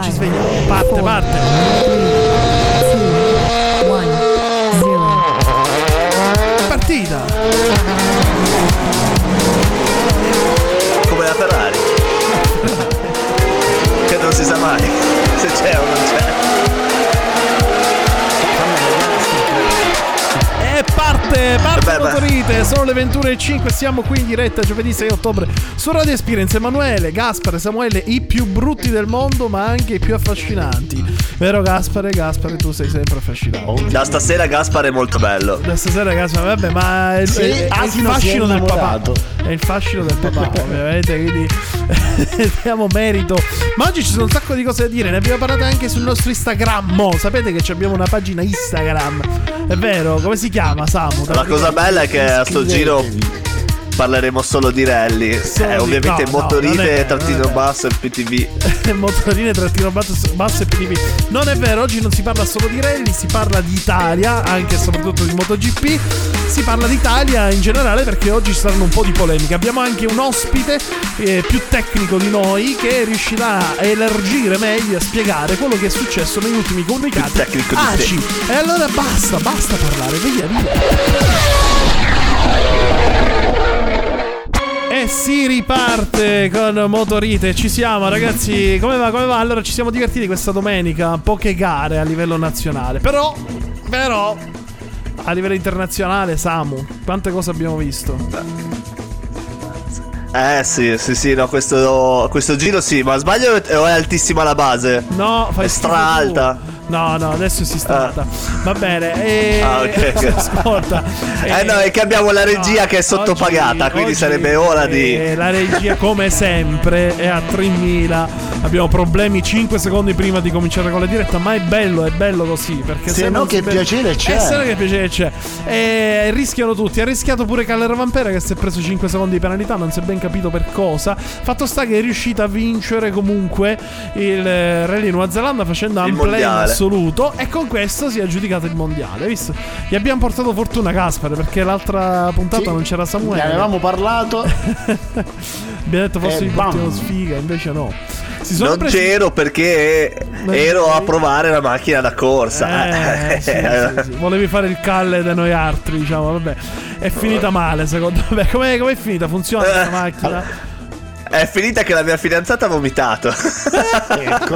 ci svegliamo. Parte. 3, 2, 1, 0. Partita. Come la Ferrari. Che non si sa mai se c'è o non c'è. E parte Beh. Motorite, sono le 21:05, siamo qui in diretta giovedì 6 ottobre su Radio Experience. Emanuele, Gaspare, Samuele, i più brutti del mondo ma anche i più affascinanti. Vero Gaspare, tu sei sempre affascinante. Da stasera Gaspare è molto bello. Da stasera Gaspare, vabbè, ma è il fascino del papà. È il fascino del papà, ovviamente, quindi diamo merito. Ma oggi ci sono un sacco di cose da dire, ne abbiamo parlato anche sul nostro Instagram. Sapete che abbiamo una pagina Instagram, è vero? Come si chiama, Samu? La cosa bella è che a sto giro parleremo solo di rally. Ovviamente motorine trattino basso e PTV. Motorine trattino basso e PTV. Non è vero, oggi non si parla solo di rally, si parla di Italia, anche e soprattutto di MotoGP. Si parla di Italia in generale perché oggi ci saranno un po' di polemiche. Abbiamo anche un ospite più tecnico di noi che riuscirà a elargire meglio, a spiegare quello che è successo negli ultimi comunicati ACI. E allora basta parlare, via. E si riparte con Motorite. Ci siamo, ragazzi. Come va? Allora, ci siamo divertiti questa domenica. Poche gare a livello nazionale. Però a livello internazionale, Samu, quante cose abbiamo visto? Sì, no, questo giro sì, ma sbaglio o è altissima la base? No, fai stra alta. No, adesso si strata. Va bene. Ok. Ascolta. No, è che abbiamo la regia che è sottopagata, quindi sarebbe ora di. La regia, come sempre, è a 3000. Abbiamo problemi 5 secondi prima di cominciare con la diretta, ma è bello così. Perché se no, che piacere c'è. Se no, che piacere c'è. E rischiano tutti. Ha rischiato pure Calle Vampera, che si è preso 5 secondi di penalità, non si è ben capito per cosa. Fatto sta che è riuscita a vincere comunque il Rally Nuova Zelanda facendo amplay assoluto, e con questo si è aggiudicato il mondiale. Visto? Gli abbiamo portato fortuna, Gaspare, perché l'altra puntata non c'era Samuele. Ne avevamo parlato. Abbiamo detto forse gli portiamo sfiga, invece no. Non c'ero perché ero a provare la macchina da corsa. Sì. Volevi fare il Calle da noi altri, diciamo. Vabbè, è finita male, secondo me. Com'è finita? Funziona questa macchina? È finita che la mia fidanzata ha vomitato. Ecco.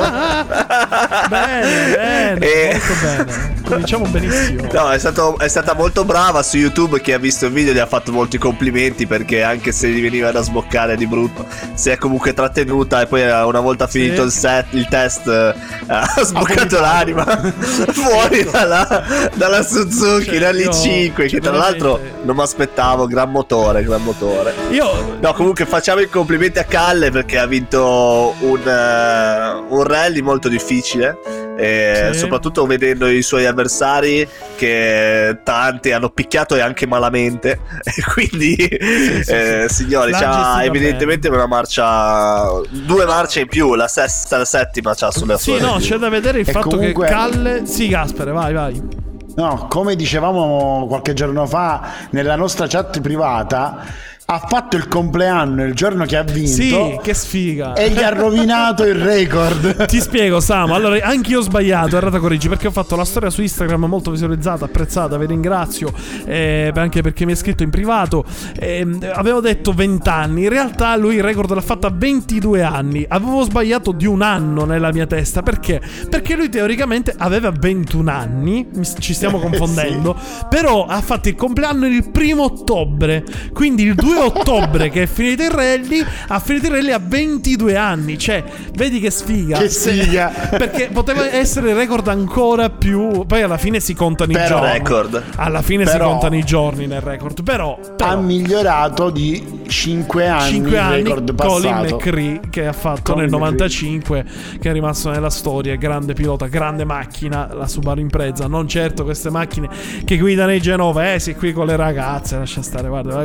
Bene, molto bene. Cominciamo benissimo. No, è stata molto brava su YouTube. Chi ha visto il video gli ha fatto molti complimenti, perché anche se gli veniva da sboccare di brutto, si è comunque trattenuta, e poi una volta finito il test ha sboccato l'anima fuori dalla Suzuki Rally 5, che tra l'altro non mi aspettavo. Gran motore. No, comunque facciamo i complimenti a Calle, perché ha vinto un rally molto difficile, e soprattutto vedendo i suoi avversari, che tanti hanno picchiato e anche malamente, e quindi signori, c'ha evidentemente due marce in più, la sesta e la settima c'ha sulle sue. Sì, no, c'è da vedere il fatto comunque che Calle. Sì, Gaspare, vai. No, come dicevamo qualche giorno fa nella nostra chat privata, ha fatto il compleanno il giorno che ha vinto. Sì, che sfiga. E gli ha rovinato il record. Ti spiego, Samu. Allora, anch'io ho sbagliato, errata corrigi, perché ho fatto la storia su Instagram molto visualizzata, apprezzata, vi ringrazio, anche perché mi ha scritto in privato. Avevo detto 20 anni, in realtà lui il record l'ha fatto a 22 anni. Avevo sbagliato di un anno nella mia testa. Perché? Perché lui teoricamente aveva 21 anni, ci stiamo confondendo. Però ha fatto il compleanno il 1° ottobre, quindi il 2 ottobre che è finito il rally, ha finito il rally a 22 anni. Cioè, vedi che sfiga. Che sfiga. Perché poteva essere il record ancora più. Poi alla fine si contano i giorni. Record. Alla fine si contano i giorni nel record. Però ha migliorato di 5 anni il record passato. Colin McRae, che ha fatto nel 95, che è rimasto nella storia. Grande pilota, grande macchina, la Subaru Impreza. Non certo queste macchine che guidano i genovesi qui con le ragazze. Lascia stare, guarda.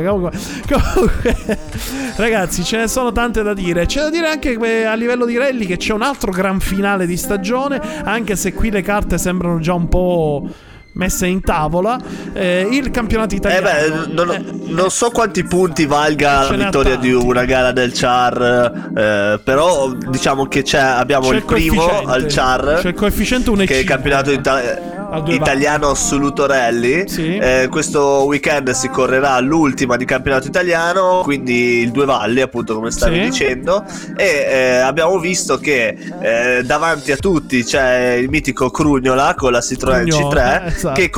Ragazzi, ce ne sono tante da dire. C'è da dire anche a livello di rally che c'è un altro gran finale di stagione, anche se qui le carte sembrano già un po' messe in tavola. Il campionato italiano non so quanti punti valga la vittoria di una gara del Char, però diciamo che abbiamo il primo al Char, c'è il coefficiente 1,5 che è il campionato italiano assoluto rally. Sì. Questo weekend si correrà l'ultima di campionato italiano, quindi il Due Valli, appunto, come stavi dicendo, e abbiamo visto che davanti a tutti c'è il mitico Crugnola con la Citroën C3, esatto, che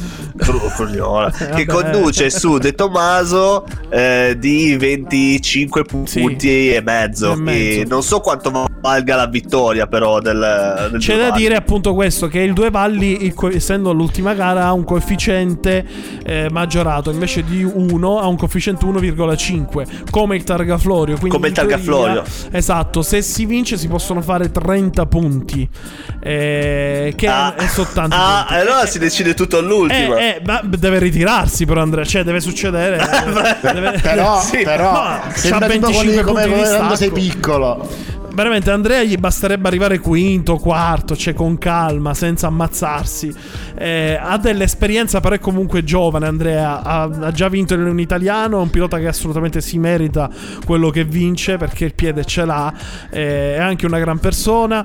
conduce su De Tomaso di 25 punti e mezzo. E non so quanto valga la vittoria però del c'è da dire appunto questo, che il Due Valli, essendo l'ultima gara, ha un coefficiente maggiorato, invece di 1 ha un coefficiente 1,5 come il Targa Florio, quindi come il Targa Florio, esatto. Se si vince si possono fare 30 punti, che è soltanto allora si decide tutto all'ultimo. Ma deve ritirarsi però Andrea, cioè deve succedere però c'ha 25 punti di quando sei piccolo. Veramente Andrea gli basterebbe arrivare quinto, quarto, cioè con calma, senza ammazzarsi. Ha dell'esperienza, però è comunque giovane. Andrea ha già vinto in un italiano, è un pilota che assolutamente si merita quello che vince, perché il piede ce l'ha, è anche una gran persona.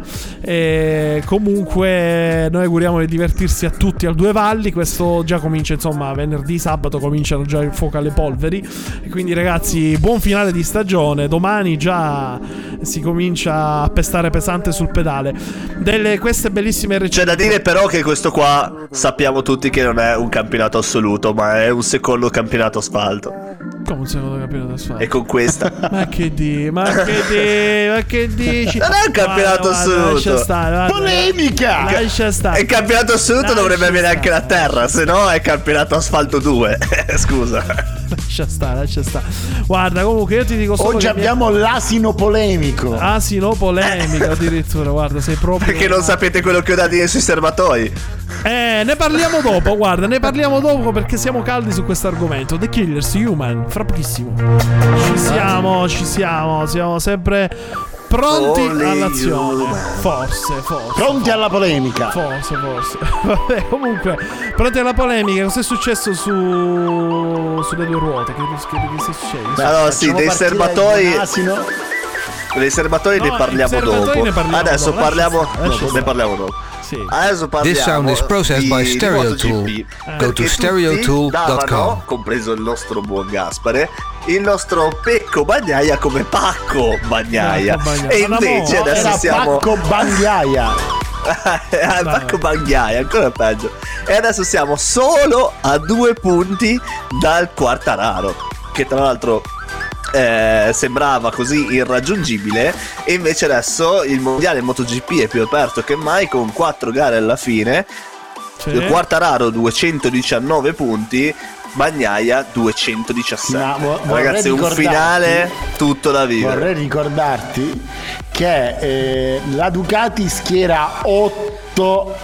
Comunque noi auguriamo di divertirsi a tutti al Due Valli. Questo già comincia, insomma, venerdì, sabato cominciano già il fuoco alle polveri, e quindi ragazzi, buon finale di stagione. Domani già si comincia a pestare pesante sul pedale. Queste bellissime C'è da dire però che questo qua sappiamo tutti che non è un campionato assoluto, ma è un secondo campionato asfalto. Come un secondo campionato asfalto? E con questa ma che dici? Non è un campionato assoluto. Lascia stare, polemica. Lascia stare. Il campionato assoluto dovrebbe avere anche la terra, se no è campionato asfalto 2. Scusa. Lascia stare. Guarda, comunque io ti dico solo oggi abbiamo l'asino polemico. Asino polemico addirittura, guarda, sei proprio... Perché non sapete quello che ho da dire sui serbatoi? Ne parliamo dopo, guarda, perché siamo caldi su questo argomento. The Killers, Human, fra pochissimo. Ci siamo sempre pronti all'azione. Forse. Pronti alla polemica. Forse. Vabbè, comunque, pronti alla polemica. Cos'è successo sulle due ruote? Che succede? Allora, sì, dei serbatoi. Dei serbatoi ne parliamo dopo. Adesso ne parliamo dopo. Adesso parliamo. This sound is processed by Stereotool. Go to stereotool.com. Compreso il nostro buon Gaspare, il nostro Pecco Bagnaia come Pacco Bagnaia. E invece adesso siamo Pacco Bagnaia. Pacco Bagnaia, ancora peggio. E adesso siamo solo a 2 punti dal Quartararo, che tra l'altro sembrava così irraggiungibile, e invece adesso il mondiale MotoGP è più aperto che mai, con 4 gare alla fine. Il Quartararo 219 punti, Bagnaia 217. Ragazzi, un finale tutto da vivere. Vorrei ricordarti che la Ducati schiera 8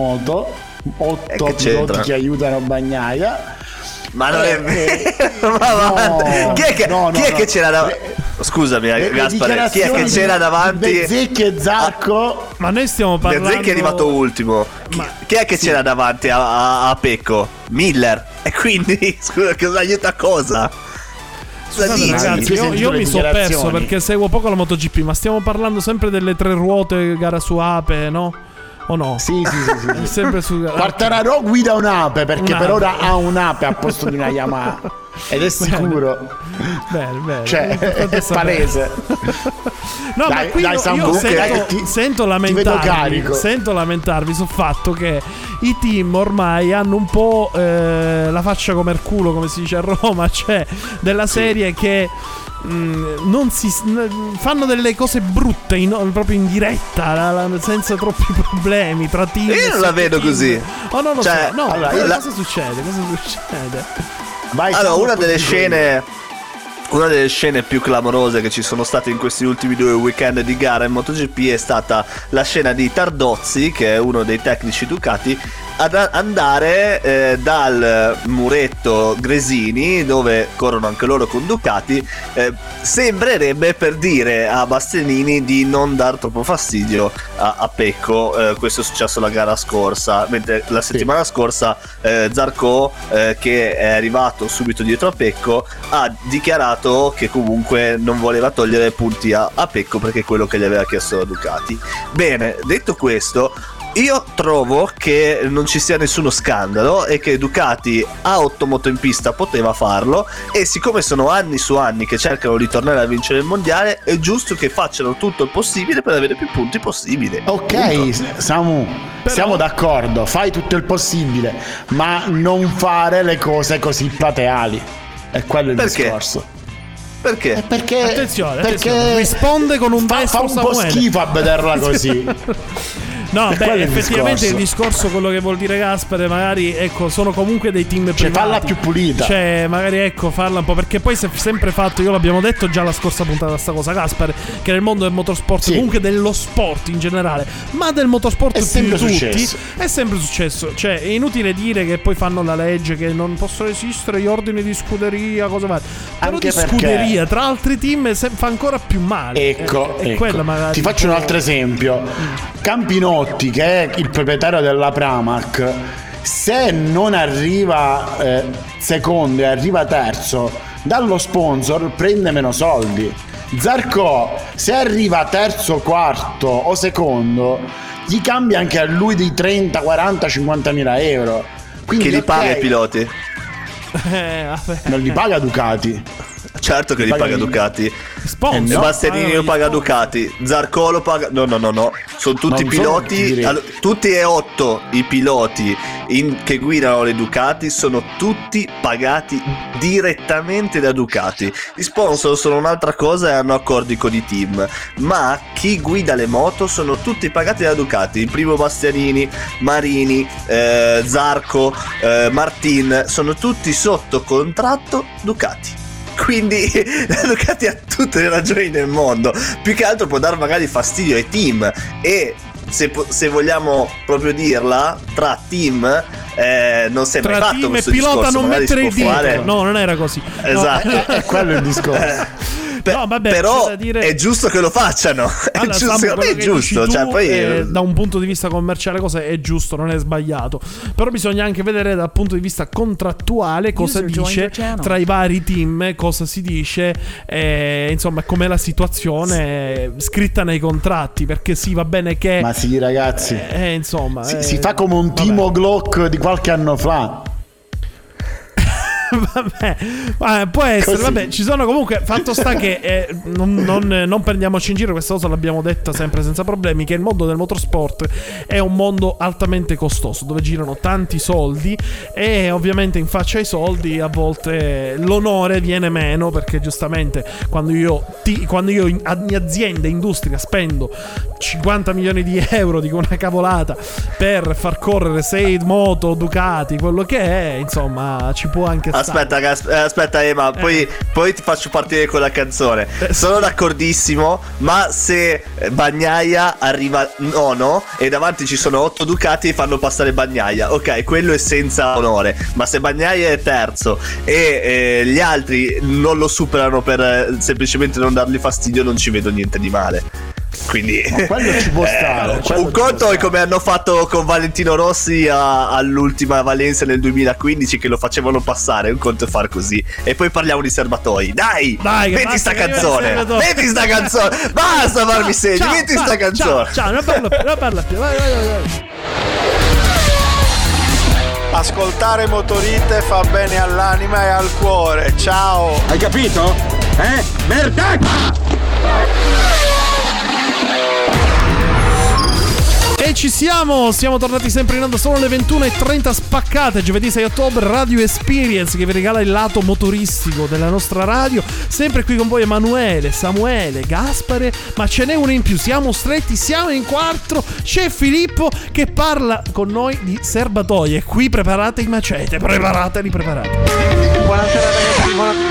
piloti che aiutano Bagnaia. Ma non è vero. Chi è che c'era davanti? Scusami, Gaspare, chi è che c'era davanti? Bezzecchi e Zarco. Ma noi stiamo parlando. Bezzecchi è arrivato ultimo. Chi è che c'era davanti a Pecco? Miller. E quindi, scusa, cosa aiuta cosa? Scusate, ragazzi, io mi sono perso perché seguo poco la MotoGP, ma stiamo parlando sempre delle 3 ruote, gara su Ape, no? O no? Sì. Sempre su Quartararo guida un'ape, perché per ora ha un'ape a posto di una Yamaha. Ed è sicuro. Bene. Cioè, è palese. No, ma qui io sento lamentarvi sul fatto che i team ormai hanno un po' la faccia come il culo, come si dice a Roma, cioè della serie che non si fanno delle cose brutte proprio in diretta, senza troppi problemi tra team. Io non la vedo team. Così. Oh, no, cioè, no. Allora, cosa succede? Allora, una delle scene più clamorose che ci sono state in questi ultimi 2 weekend di gara in MotoGP è stata la scena di Tardozzi, che è uno dei tecnici Ducati, ad andare dal muretto Gresini, dove corrono anche loro con Ducati, sembrerebbe per dire a Bastianini di non dar troppo fastidio a Pecco. Questo è successo la gara scorsa, mentre la settimana scorsa Zarco, che è arrivato subito dietro a Pecco, ha dichiarato che comunque non voleva togliere punti a Pecco perché è quello che gli aveva chiesto la Ducati. Bene, detto questo, io trovo che non ci sia nessuno scandalo e che Ducati a 8 moto in pista poteva farlo, e siccome sono anni su anni che cercano di tornare a vincere il mondiale, è giusto che facciano tutto il possibile per avere più punti possibile. Ok, Samu, siamo d'accordo, fai tutto il possibile, ma non fare le cose così plateali. È quello il discorso. Perché? Perché attenzione, risponde con un destro. Fa un po' schifo a vederla così. No, beh, effettivamente il discorso, quello che vuol dire Gaspare, magari, ecco, sono comunque dei team privati. Farla più pulita. Cioè, magari, ecco, farla un po', perché poi si è sempre fatto, io l'abbiamo detto già la scorsa puntata sta cosa, Gaspare, che nel mondo del motorsport, comunque dello sport in generale, ma del motorsport più di tutti, è sempre successo. Cioè, è inutile dire che poi fanno la legge che non possono esistere gli ordini di scuderia, cosa va. Però anche di scuderia tra altri team fa ancora più male. Ecco. Quella magari. Ti faccio un altro esempio. Campinotti, che è il proprietario della Pramac, se non arriva secondo e arriva terzo, dallo sponsor prende meno soldi. Zarco, se arriva terzo, quarto o secondo, gli cambia anche a lui di 30, 40, 50 mila euro. Quindi, che li paga i piloti? Non li paga Ducati. Certo che li paga Ducati. Sponsor. Bastianini lo paga Ducati, Zarco lo paga. No. Sono tutti piloti. Tutti e 8 i piloti che guidano le Ducati sono tutti pagati direttamente da Ducati. Gli sponsor sono un'altra cosa e hanno accordi con i team, ma chi guida le moto sono tutti pagati da Ducati. Il primo Bastianini, Marini, Zarco, Martin, sono tutti sotto contratto Ducati. Quindi la Ducati ha tutte le ragioni del mondo. Più che altro può dar magari fastidio ai team, e se vogliamo proprio dirla, tra team non si è mai fatto questo discorso. Tra team e pilota non mettere il dito. No, non era così. Esatto. No. È quello il discorso. No, vabbè, però dire... è giusto che lo facciano. Allora, è giusto, Samu, è giusto. Cioè, poi da un punto di vista commerciale cosa è giusto, non è sbagliato. Però bisogna anche vedere dal punto di vista contrattuale cosa dice tra i vari team, cosa si dice, insomma, com'è la situazione scritta nei contratti. Perché sì, va bene che, ma sì, ragazzi, insomma, si fa come un Timo Glock di qualche anno fa. Vabbè, può essere. Vabbè, ci sono comunque. Fatto sta che non prendiamoci in giro, questa cosa l'abbiamo detta sempre senza problemi, che il mondo del motorsport è un mondo altamente costoso, dove girano tanti soldi, e ovviamente in faccia ai soldi a volte l'onore viene meno, perché giustamente quando io in azienda, industria, spendo 50 milioni di euro, dico una cavolata, per far correre 6 moto Ducati, quello che è, insomma, ci può anche Aspetta Ema, poi ti faccio partire con la canzone. Sono d'accordissimo, ma se Bagnaia arriva nono e davanti ci sono 8 Ducati e fanno passare Bagnaia, ok, quello è senza onore. Ma se Bagnaia è terzo e gli altri non lo superano per semplicemente non dargli fastidio, non ci vedo niente di male. Quindi quello ci può stare. Un conto è come hanno fatto con Valentino Rossi all'ultima Valencia nel 2015, che lo facevano passare. Un conto è far così. E poi parliamo di serbatoi. Dai metti sta canzone. Basta farmi segni. Metti sta canzone. Ciao, non parlo più. Vai. Ascoltare Motorite fa bene all'anima e al cuore. Ciao. Hai capito? Merda! E ci siamo tornati sempre in onda, sono le 21:30 spaccate, giovedì 6 ottobre, Radio Experience che vi regala il lato motoristico della nostra radio. Sempre qui con voi Emanuele, Samuele, Gaspare, ma ce n'è uno in più, siamo stretti, siamo in 4, c'è Filippo che parla con noi di serbatoi, e qui preparate i macete, preparateli. Buonasera ragazzi,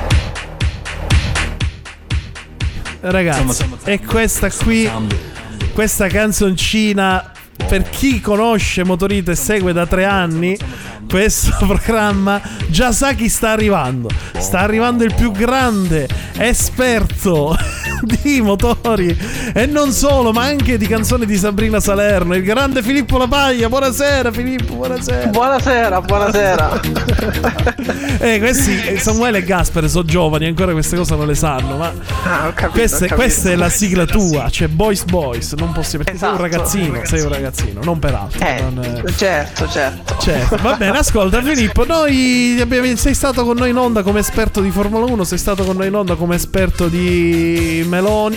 Ragazzi, e questa qui questa canzoncina, per chi conosce Motorito e segue da 3 anni questo programma, già sa chi sta arrivando. Sta arrivando il più grande esperto di motori e non solo, ma anche di canzoni di Sabrina Salerno, il grande Filippo La Paglia. Buonasera Filippo, buonasera. Buonasera. Questi Samuele e Gaspare sono giovani, ancora queste cose non le sanno, ma ho capito. questa è la sigla tua, cioè Boys, sei perché esatto. sei un ragazzino, non peraltro. Certo. Va bene, ascolta Filippo, sei stato con noi in onda come esperto di Formula 1, sei stato con noi in onda come esperto di Meloni,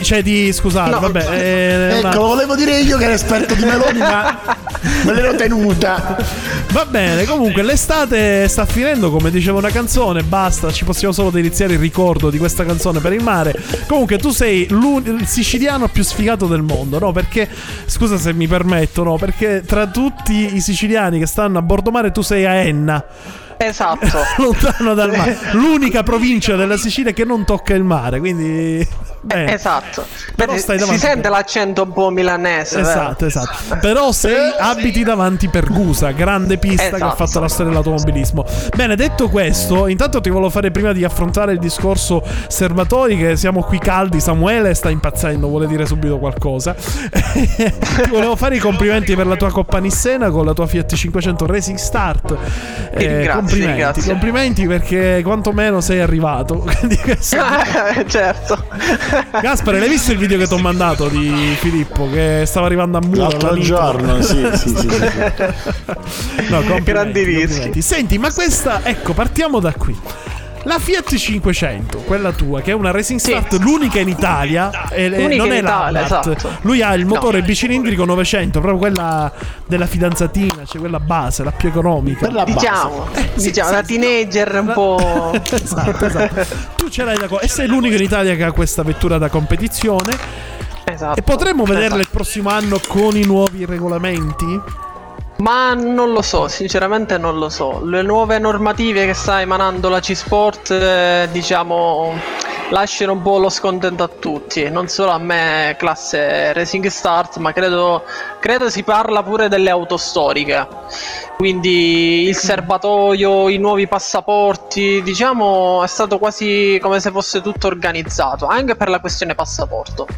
ecco, volevo dire io che ero esperto di Meloni, ma me l'ero tenuta. Va bene, comunque l'estate sta finendo, come diceva una canzone, basta, ci possiamo solo deliziare il ricordo di questa canzone per il mare. Comunque tu sei il siciliano più sfigato del mondo, no? Perché, scusa se mi permetto, no? Perché tra tutti i siciliani che stanno a bordo mare tu sei a Enna. Esatto. Lontano dal mare, l'unica provincia della Sicilia che non tocca il mare, quindi esatto. Però stai davanti, si sente l'accento un po' milanese, esatto. Però abiti davanti Pergusa, grande pista che ha fatto la storia dell'automobilismo. Bene, detto questo, intanto ti volevo fare, prima di affrontare il discorso serbatoi, che siamo qui caldi, Samuele sta impazzendo, vuole dire subito qualcosa. Ti volevo fare i complimenti per la tua Coppa Nissena con la tua Fiat 500 Racing Start. Complimenti perché quantomeno sei arrivato. Certo. Gaspare, l'hai visto il video che ti ho mandato di Filippo che stava arrivando a Muro l'altro giorno? Sì. No, grandi rischi. Senti, ma questa, ecco, partiamo da qui. La Fiat 500, quella tua, che è una Racing Start, l'unica in Italia, non è la esatto. Lui ha il motore bicilindrico 900, proprio quella della fidanzatina, cioè quella base, la più economica. Diciamo, la teenager un po'. Esatto. Tu ce l'hai e sei l'unico in Italia che ha questa vettura da competizione. Esatto. E potremmo vederla il prossimo anno con i nuovi regolamenti? Ma non lo so, sinceramente non lo so. Le nuove normative che sta emanando la C-Sport, lasciano un po' lo scontento a tutti, non solo a me classe Racing Start, ma credo si parla pure delle auto storiche. Quindi il serbatoio, i nuovi passaporti, è stato quasi come se fosse tutto organizzato, anche per la questione passaporto.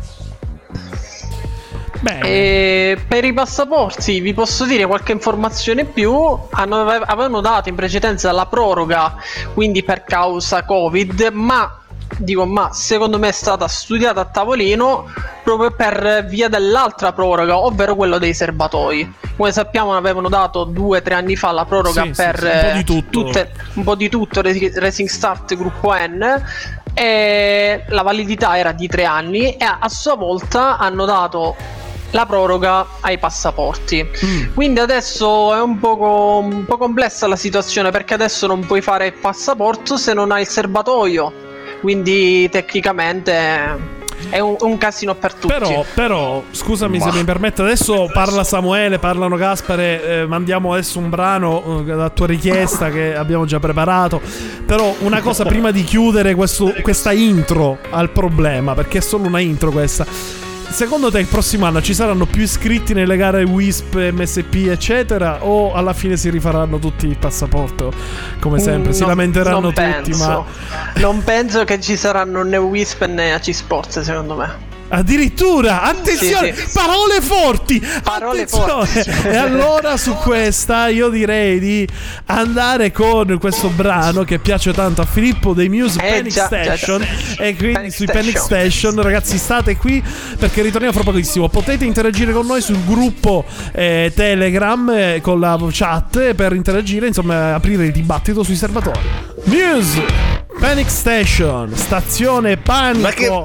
E per i passaporti vi posso dire qualche informazione più. Avevano dato in precedenza la proroga, quindi per causa Covid, ma secondo me è stata studiata a tavolino proprio per via dell'altra proroga, ovvero quello dei serbatoi. Come sappiamo avevano dato 2 o 3 anni fa la proroga per un po' di tutto Racing Start gruppo N, e la validità era di 3 anni, e a sua volta hanno dato la proroga ai passaporti. Quindi adesso è un po' complessa la situazione, perché adesso non puoi fare il passaporto se non hai il serbatoio, quindi tecnicamente è un casino per tutti. Però scusami se mi permette, adesso parla Samuele, parlano Gaspare, mandiamo adesso un brano da tua richiesta che abbiamo già preparato. Però una cosa prima di chiudere questa intro al problema, perché è solo una intro questa. Secondo te il prossimo anno ci saranno più iscritti nelle gare WISP, MSP eccetera, o alla fine si rifaranno tutti il passaporto come sempre? Si lamenteranno tutti, ma non penso che ci saranno né WISP né AC Sports, secondo me. Addirittura, attenzione, sì. Parole forti. E allora su questa io direi di andare con questo brano che piace tanto a Filippo, dei Muse, Panic Station. E quindi sui Panic Station, ragazzi, state qui perché ritorniamo fra pochissimo. Potete interagire con noi sul gruppo Telegram con la chat per interagire, insomma aprire il dibattito sui serbatori. Muse, Panic Station, stazione Panico.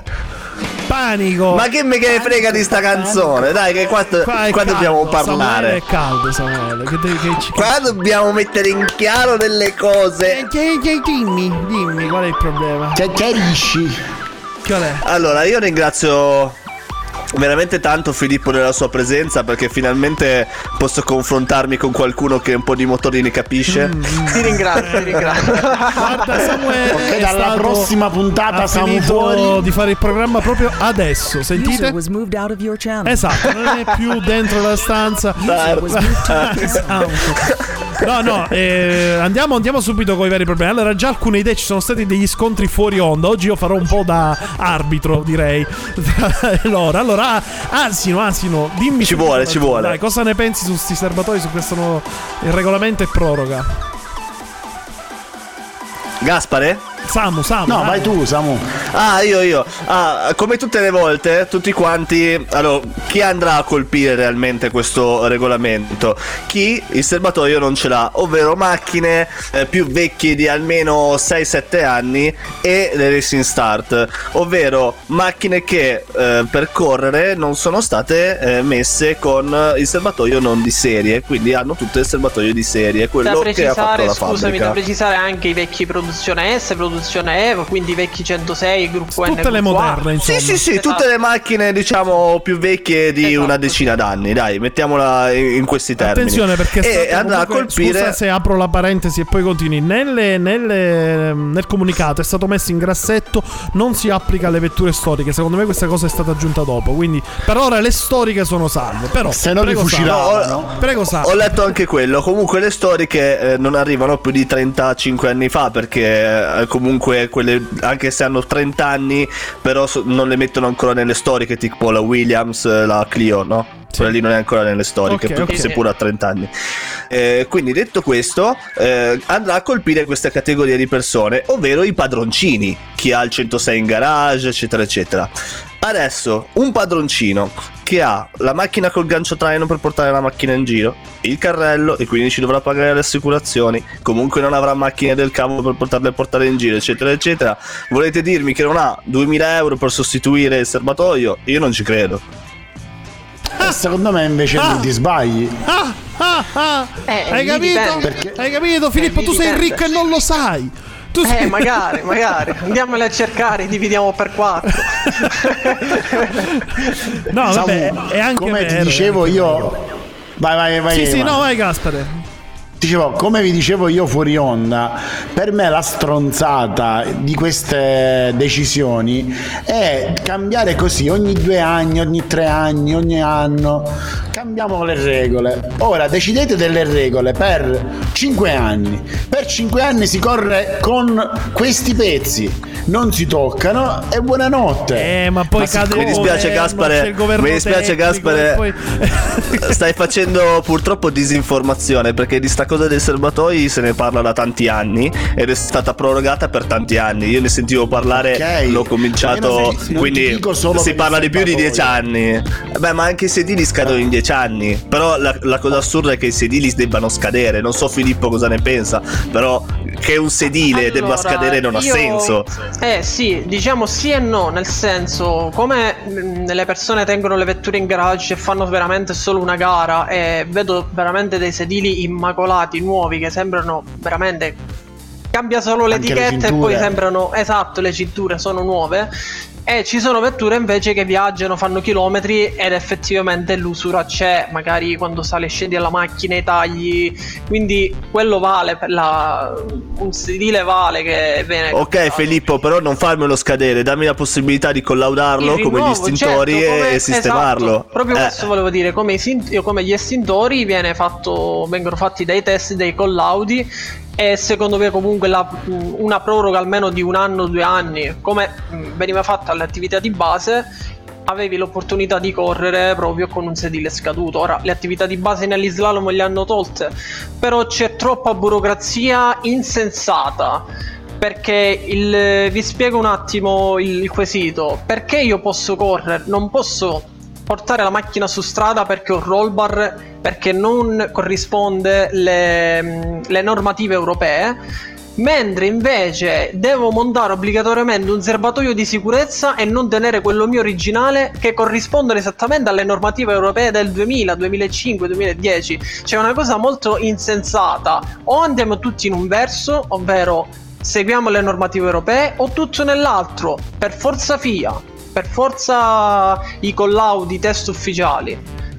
Ma che me che frega di sta canzone? Dai, che qua dobbiamo parlare. Samuele, è caldo, Samuele. Qua dobbiamo mettere in chiaro delle cose. Dimmi qual è il problema. Chiarisci. Qual è? Allora, io ringrazio veramente tanto Filippo nella sua presenza, perché finalmente posso confrontarmi con qualcuno che un po' di motori ne capisce. Ti ringrazio. Guarda, Samuele, Ok, dalla prossima puntata ha siamo finito fuori. di fare il programma proprio adesso. Sentite? User was moved out of your channel. Esatto, non è più dentro la stanza. No, andiamo subito con i vari problemi. Allora, già alcune idee, ci sono stati degli scontri fuori onda. Oggi io farò un po' da arbitro, direi. Allora, Asino, dimmi. Ci vuole. Dai, cosa ne pensi su sti serbatoi, su questo nuovo il regolamento e proroga? Gaspare? Samu. No, vai tu, Samu. Io. Come tutte le volte, tutti quanti. Allora, chi andrà a colpire realmente questo regolamento? Chi il serbatoio non ce l'ha, ovvero macchine più vecchie di almeno 6-7 anni e le racing start, ovvero macchine che per correre non sono state messe con il serbatoio non di serie, quindi hanno tutto il serbatoio di serie, quello che ha fatto la fabbrica. Da precisare anche i vecchi produzione S, produzione Evo, quindi i vecchi 106, gruppo N, tutte le moderne, insomma. Sì, Esatto. tutte le macchine, diciamo, più vecchie di una decina d'anni, dai, mettiamola in questi termini. Attenzione, perché andrà a colpire. Scusa se apro la parentesi e poi continui. Nel comunicato è stato messo in grassetto: non si applica alle vetture storiche. Secondo me questa cosa è stata aggiunta dopo, quindi per ora le storiche sono salve. Però se non li fucilavano. Prego, Samu. Ho letto anche quello. Comunque le storiche non arrivano più di 35 anni fa, perché comunque quelle, anche se hanno 30 anni, però non le mettono ancora nelle storiche, tipo la Williams, la Clio, no? Sì. Quella lì non è ancora nelle storiche, okay. seppur a 30 anni. Quindi detto questo, andrà a colpire questa categoria di persone, ovvero i padroncini, chi ha il 106 in garage, eccetera eccetera. Adesso un padroncino che ha la macchina col gancio traino per portare la macchina in giro, il carrello, e quindi ci dovrà pagare le assicurazioni, comunque non avrà macchine del cavolo per poterle portare in giro, eccetera eccetera. Volete dirmi che non ha 2000 euro per sostituire il serbatoio? Io non ci credo. Secondo me invece ti sbagli. Hai capito? Perché? Hai capito, Filippo? Tu sei ricco e non lo sai. Magari andiamole a cercare, dividiamo per 4. No, vabbè, è anche come vero, ti dicevo io. Vai. Sì, no, vai, Gaspare. Dicevo, come vi dicevo io fuori onda, per me la stronzata di queste decisioni è cambiare così ogni 2 anni, ogni 3 anni, ogni anno. Cambiamo le regole. Ora decidete delle regole per 5 anni. Per 5 anni si corre con questi pezzi. Non si toccano e buonanotte. Ma poi cade. Mi dispiace, Gaspare. Poi... Stai facendo purtroppo disinformazione, perché di sta cosa dei serbatoi se ne parla da tanti anni ed è stata prorogata per tanti anni. Io ne sentivo parlare, l'ho cominciato, quindi si parla di più di 10 anni. Beh, ma anche i sedili scadono in 10 anni. Però la cosa assurda è che i sedili debbano scadere. Non so Filippo cosa ne pensa, però che un sedile debba scadere non ha senso. Sì, diciamo sì e no, nel senso, come le persone tengono le vetture in garage e fanno veramente solo una gara, e vedo veramente dei sedili immacolati, nuovi, che sembrano veramente, cambia solo l'etichetta e poi sembrano, esatto, le cinture sono nuove. E ci sono vetture invece che viaggiano, fanno chilometri ed effettivamente l'usura c'è, magari quando sale e scendi alla macchina, i tagli, quindi quello vale per un sedile vale che viene. Ok, Filippo, però non farmelo scadere, dammi la possibilità di collaudarlo come gli estintori, certo, e sistemarlo. Esatto, proprio questo volevo dire, come gli estintori vengono fatti dei test, dei collaudi. E secondo me comunque una proroga almeno di 1 anno, 2 anni, come veniva fatta alle attività di base, avevi l'opportunità di correre proprio con un sedile scaduto. Ora le attività di base negli slalom le hanno tolte, però c'è troppa burocrazia insensata. Perché vi spiego un attimo il quesito. Perché io posso correre, non posso portare la macchina su strada perché ho roll bar, perché non corrisponde le normative europee, mentre invece devo montare obbligatoriamente un serbatoio di sicurezza e non tenere quello mio originale, che corrispondono esattamente alle normative europee del 2000, 2005, 2010. C'è una cosa molto insensata: o andiamo tutti in un verso, ovvero seguiamo le normative europee, o tutto nell'altro, per forza FIA. per forza i collaudi, i test ufficiali.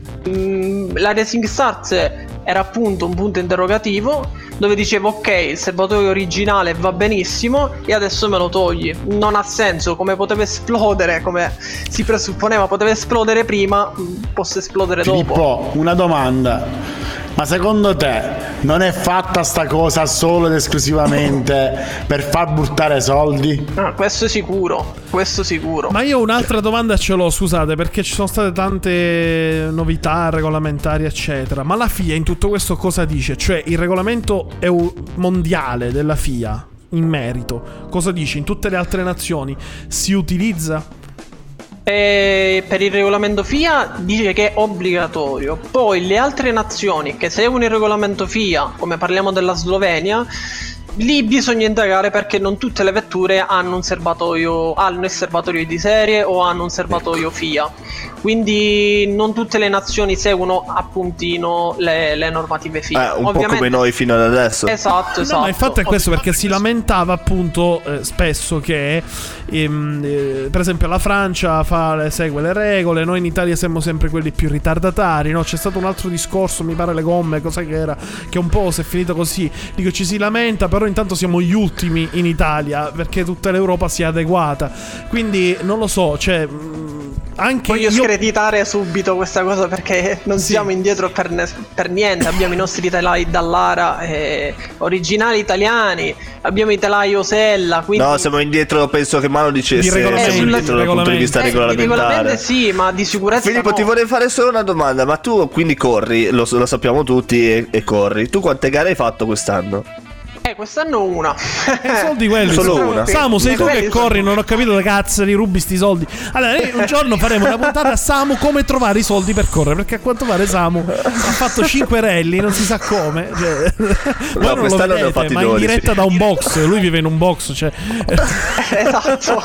La Racing Stars era appunto un punto interrogativo dove dicevo ok, il serbatoio originale va benissimo e adesso me lo togli, non ha senso, come poteva esplodere, come si presupponeva poteva esplodere prima, possa esplodere dopo. Filippo, una domanda: ma secondo te non è fatta sta cosa solo ed esclusivamente per far buttare soldi? Questo sicuro. Ma io un'altra domanda ce l'ho, scusate, perché ci sono state tante novità regolamentari eccetera, ma la FIA in tutto questo cosa dice? Cioè il regolamento mondiale della FIA in merito cosa dice? In tutte le altre nazioni si utilizza? Per il regolamento FIA dice che è obbligatorio. Poi le altre nazioni che seguono il regolamento FIA, come parliamo della Slovenia, lì bisogna indagare perché non tutte le vetture hanno il serbatoio di serie o hanno un serbatoio FIA. Quindi non tutte le nazioni seguono a puntino le normative FIA. Un po' come noi fino ad adesso. Esatto. No, ma il fatto è questo, perché si lamentava appunto spesso che per esempio la Francia segue le regole, noi in Italia siamo sempre quelli più ritardatari, no? C'è stato un altro discorso, mi pare le gomme, cosa che era, che un po' si è finito così. Dico, ci si lamenta, però intanto siamo gli ultimi in Italia perché tutta l'Europa si è adeguata. Quindi non lo so, cioè anche voglio screditare subito questa cosa perché non siamo indietro per niente. Abbiamo i nostri telai Dallara originali italiani, abbiamo i telai Osella, quindi... No, siamo indietro, penso che Mano dicesse siamo indietro dal punto di vista regolamentare. Sì, ma di sicurezza Filippo, ti vorrei fare solo una domanda, ma tu quindi corri, lo sappiamo tutti e corri, tu quante gare hai fatto quest'anno? Quest'anno una. Soldi quelli. Solo una. Samu, sei tu che corri, non ho capito da cazzo li rubi sti soldi. Allora, un giorno faremo una puntata a Samu come trovare i soldi per correre, perché a quanto pare Samu ha fatto 5 rally, non si sa come. Cioè, no, quest'anno ne ho fatti 12. Ma in diretta da un box, lui vive in un box, cioè. Esatto.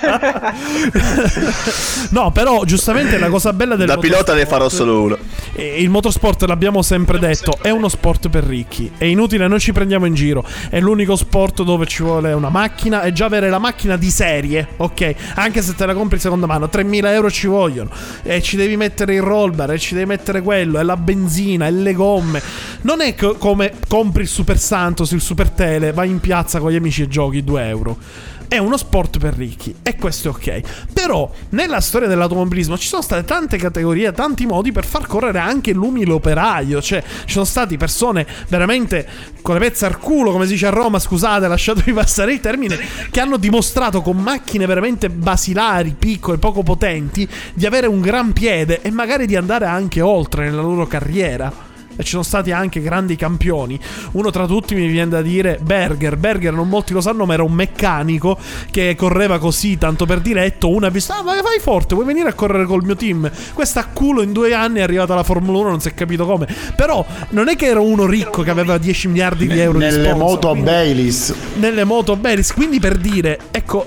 No, però giustamente la cosa bella del da pilota ne farò solo uno. Il motorsport, l'abbiamo sempre detto, è uno sport per ricchi. È inutile, noi ci prendiamo in giro. È l'unico sport dove ci vuole una macchina e già avere la macchina di serie, ok? Anche se te la compri seconda mano, 3.000 euro ci vogliono. E ci devi mettere il roll bar, e ci devi mettere quello, e la benzina, e le gomme. Non è come compri il Super Santos, il Super Tele, vai in piazza con gli amici e giochi 2 euro. È uno sport per ricchi e questo è ok. Però nella storia dell'automobilismo ci sono state tante categorie, tanti modi per far correre anche l'umile operaio. Cioè ci sono stati persone veramente con le pezze al culo, come si dice a Roma, scusate, lasciatemi passare il termine, che hanno dimostrato con macchine veramente basilari, piccole, poco potenti, di avere un gran piede e magari di andare anche oltre nella loro carriera. E ci sono stati anche grandi campioni. Uno tra tutti mi viene da dire Berger, non molti lo sanno, ma era un meccanico che correva così tanto per diletto. Uno ha visto, vai forte, vuoi venire a correre col mio team? Questa a culo in 2 anni è arrivata alla Formula 1, non si è capito come. Però non è che era uno ricco che aveva 10 miliardi di euro nelle di sponsor, moto Bayliss. Nelle moto Bayliss. Quindi per dire, ecco,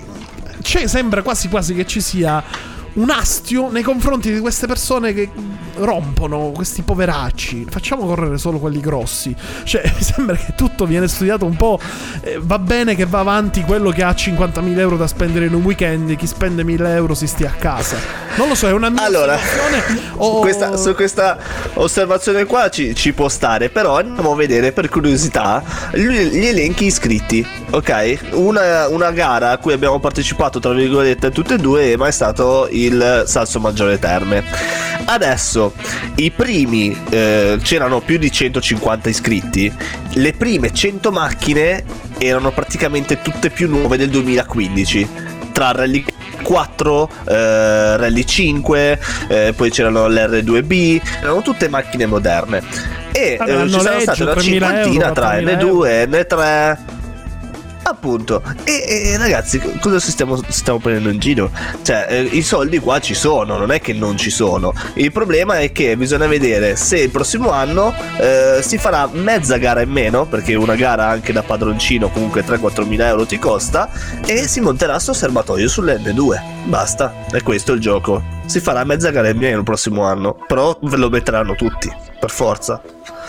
sembra quasi che ci sia un astio nei confronti di queste persone che rompono, questi poveracci. Facciamo correre solo quelli grossi. Cioè mi sembra che tutto viene studiato un po'. Va bene che va avanti quello che ha 50.000 euro da spendere in un weekend, chi spende 1.000 euro si stia a casa. Non lo so, è una mia osservazione. Su questa osservazione qua ci può stare. Però andiamo a vedere per curiosità gli elenchi iscritti. Ok, una gara a cui abbiamo partecipato tra virgolette tutte e due, ma è stato il Salso Maggiore Terme. Adesso i primi c'erano più di 150 iscritti. Le prime 100 macchine erano praticamente tutte più nuove del 2015, tra Rally 4, Rally 5, poi c'erano l'R2B, erano tutte macchine moderne. E ci sono state una cinquantina tra N2 e N3. Appunto, e ragazzi, cosa stiamo prendendo in giro? Cioè, i soldi qua ci sono, non è che non ci sono. Il problema è che bisogna vedere se il prossimo anno si farà mezza gara in meno, perché una gara anche da padroncino comunque 3-4 mila euro ti costa, e si monterà sto serbatoio sull'N2. Basta, è questo il gioco. Si farà mezza gara in meno il prossimo anno, però ve lo metteranno tutti, per forza.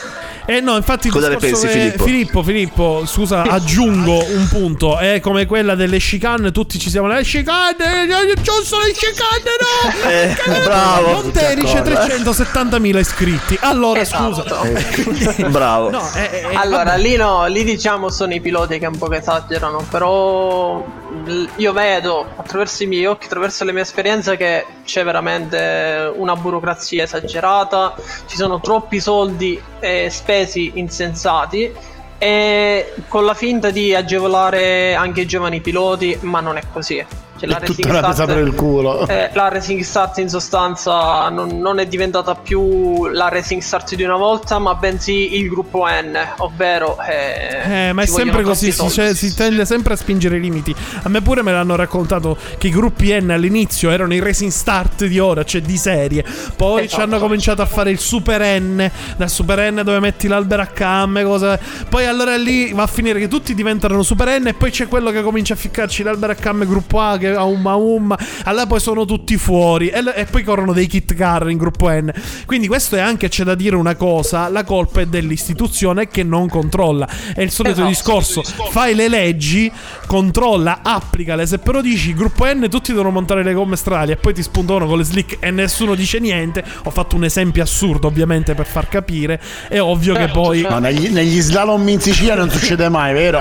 No, infatti cosa ne pensi, Filippo, scusa, aggiungo un punto. È come quella delle chicane, tutti ci siamo le chicane, giusto le chicane, no! Bravo. Monterice 370.000 iscritti. Allora, Esatto. scusa. Bravo. No, Allora, lì no, lì diciamo sono i piloti che un po' che esagerano, però io vedo attraverso i miei occhi, attraverso le mie esperienze, che c'è veramente una burocrazia esagerata, ci sono troppi soldi spesi insensati e con la finta di agevolare anche i giovani piloti, ma non è così. Cioè, è tutta una presa per il culo. La Racing Start in sostanza non è diventata più la Racing Start di una volta, ma bensì il gruppo N, ovvero ma è sempre così, si tende sempre a spingere i limiti. A me pure me l'hanno raccontato che i gruppi N all'inizio erano i Racing Start di ora, cioè di serie. Poi ci hanno cominciato a fare il Super N, dal Super N dove metti l'albero a camme, cosa. Poi allora lì va a finire che tutti diventano Super N e poi c'è quello che comincia a ficcarci l'albero a camme gruppo A, che a allora poi sono tutti fuori e poi corrono dei kit car in gruppo N. Quindi questo è anche, c'è da dire una cosa, la colpa è dell'istituzione che non controlla. È il solito discorso, fai le leggi, controlla, applicale. Se però dici gruppo N tutti devono montare le gomme stradali e poi ti spuntano con le slick e nessuno dice niente. Ho fatto un esempio assurdo ovviamente per far capire. È ovvio che poi no, negli slalom in Sicilia non succede mai, vero?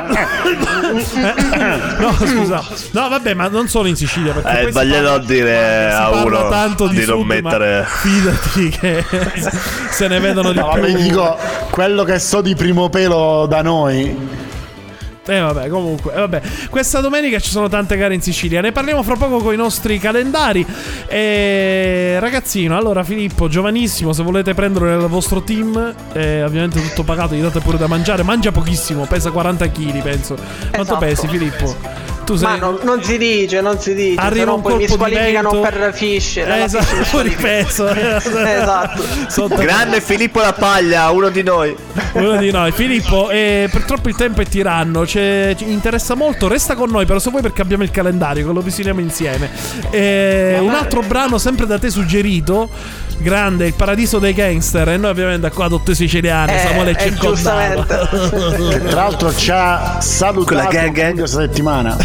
No, scusa. No, vabbè, ma non solo in Sicilia, perché sbagliato a dire a uno tanto di non sud, mettere. Fidati che se ne vedono di più. Vabbè, dico quello che so di primo pelo da noi. Vabbè, comunque, vabbè. Questa domenica ci sono tante gare in Sicilia. Ne parliamo fra poco con i nostri calendari. Ragazzino, allora Filippo, giovanissimo, se volete prenderlo nel vostro team, ovviamente tutto pagato, gli date pure da mangiare. Mangia pochissimo, pesa 40 kg, penso. Quanto pesi, Filippo? Tu sei... Ma non si dice. Arriva un poi mi colpo di squalificano vento per Fischer. Esatto, fuori peso. Esatto. Grande Filippo La Paglia, uno di noi. Filippo, purtroppo il tempo è tiranno. Ci interessa molto, resta con noi però se vuoi, perché abbiamo il calendario che lo visitiamo insieme. Un altro brano sempre da te suggerito, grande, Il Paradiso dei Gangster, e noi ovviamente qua tutti siciliani siamo le circondava, che tra l'altro ci ha salutato questa settimana.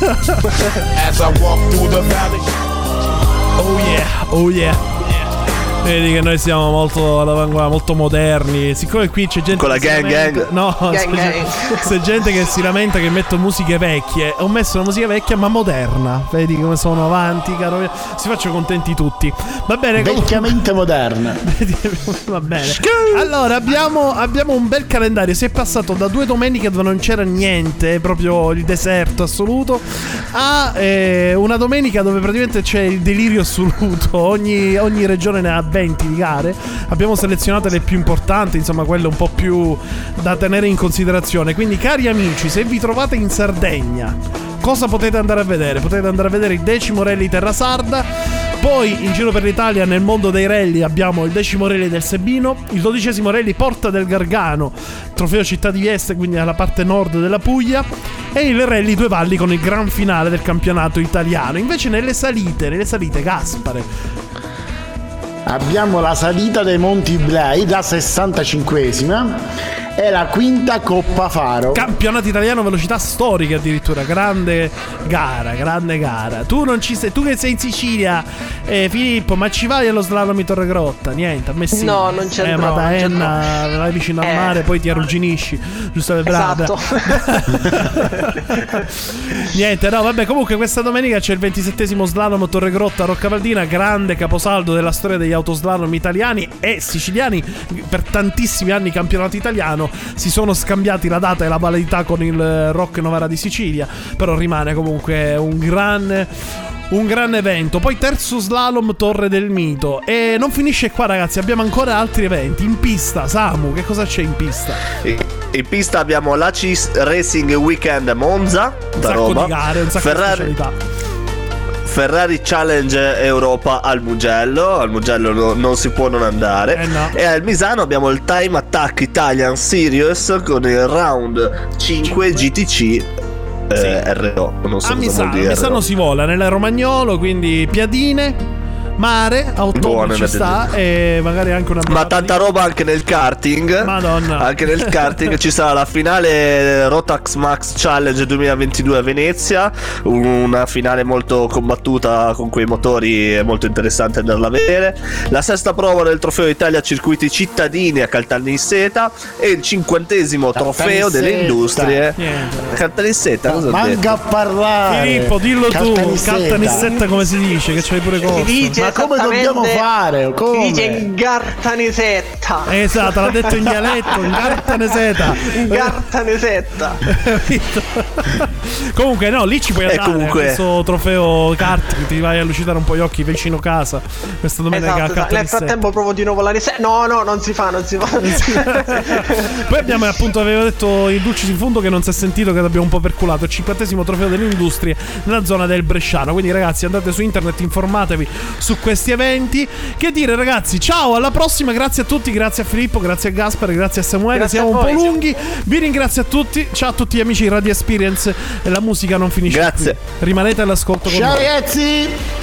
Oh yeah. Vedi che noi siamo molto all'avanguardia, molto moderni. Siccome qui c'è gente con la gang. No, c'è gente che si lamenta che metto musiche vecchie. Ho messo una musica vecchia ma moderna. Vedi come sono avanti, caro. Si faccio contenti tutti. Va bene, vecchiamente moderna. Va bene. Allora abbiamo un bel calendario. Si è passato da 2 domeniche dove non c'era niente, proprio il deserto assoluto, a una domenica dove praticamente c'è il delirio assoluto. Ogni regione ne ha 20 di gare. Abbiamo selezionato le più importanti, insomma quelle un po' più da tenere in considerazione. Quindi cari amici, se vi trovate in Sardegna, cosa potete andare a vedere? Potete andare a vedere il 10° Rally Terra Sarda. Poi in giro per l'Italia, nel mondo dei rally, abbiamo il 10° Rally del Sebino, il 12° Rally Porta del Gargano, trofeo Città di Vieste, quindi alla parte nord della Puglia, e il Rally Due Valli con il gran finale del campionato italiano. Invece nelle salite Gaspare, abbiamo la salita dei Monti Iblei, la 65esima, e la 5ª Coppa Faro, campionato italiano velocità storiche addirittura. Grande gara. Tu non ci sei, tu che sei in Sicilia, Filippo, ma ci vai allo slalom di Torregrotta? Niente, a me sì. No, non c'è. Ma da Enna vai vicino al mare, poi ti arrugginisci, giusto? Esatto. Niente, no, vabbè, comunque questa domenica c'è il 27° slalom Torregrotta Roccavaldina, grande caposaldo della storia degli autoslalom italiani e siciliani. Per tantissimi anni campionato italiano, si sono scambiati la data e la validità con il Rock Novara di Sicilia, però rimane comunque un gran evento. Poi terzo slalom Torre del Mito. E non finisce qua, ragazzi, abbiamo ancora altri eventi in pista. Samu, che cosa c'è in pista? In pista abbiamo l'ACI Racing Weekend Monza da Roma, di gare, un sacco di specialità. Ferrari Challenge Europa al Mugello non si può non andare, no. E al Misano abbiamo il Time Attack Italian Series con il round 5 GTC RO. Non so a Misano si vola nel Romagnolo, quindi piadine, mare a ottobre ci sta, e magari anche una ma tanta roba anche nel karting. Madonna. Anche nel karting ci sarà la finale Rotax Max Challenge 2022 a Venezia, una finale molto combattuta con quei motori, è molto interessante andarla a vedere. La sesta prova del Trofeo Italia Circuiti Cittadini a Caltanissetta e il 50° trofeo delle industrie. Caltanissetta, cosa manca a parlare. Filippo, dillo tu, Caltanissetta come si dice? Che c'hai pure cosa. Ma come dobbiamo fare? Come? Si dice Ingartanisetta. Esatto, l'ha detto in dialetto, Ingartanisetta. Ingartanisetta. Comunque no, lì ci puoi andare comunque... questo trofeo kart, ti vai a lucidare un po' gli occhi vicino casa questa domenica. Esatto. Nel frattempo provo di nuovo la risetta. No, non si fa. Poi abbiamo appunto, avevo detto il Dulcis in fondo che non si è sentito, che abbiamo un po' perculato, il 50° trofeo delle industrie nella zona del Bresciano. Quindi ragazzi, andate su internet, informatevi su questi eventi. Che dire ragazzi, ciao, alla prossima, grazie a tutti, grazie a Filippo, grazie a Gaspare, grazie a Samuele. Grazie siamo a voi, un po' lunghi, vi ringrazio a tutti, ciao a tutti gli amici di Radio Experience, e la musica non finisce grazie qui. Rimanete all'ascolto con ciao noi. ragazzi.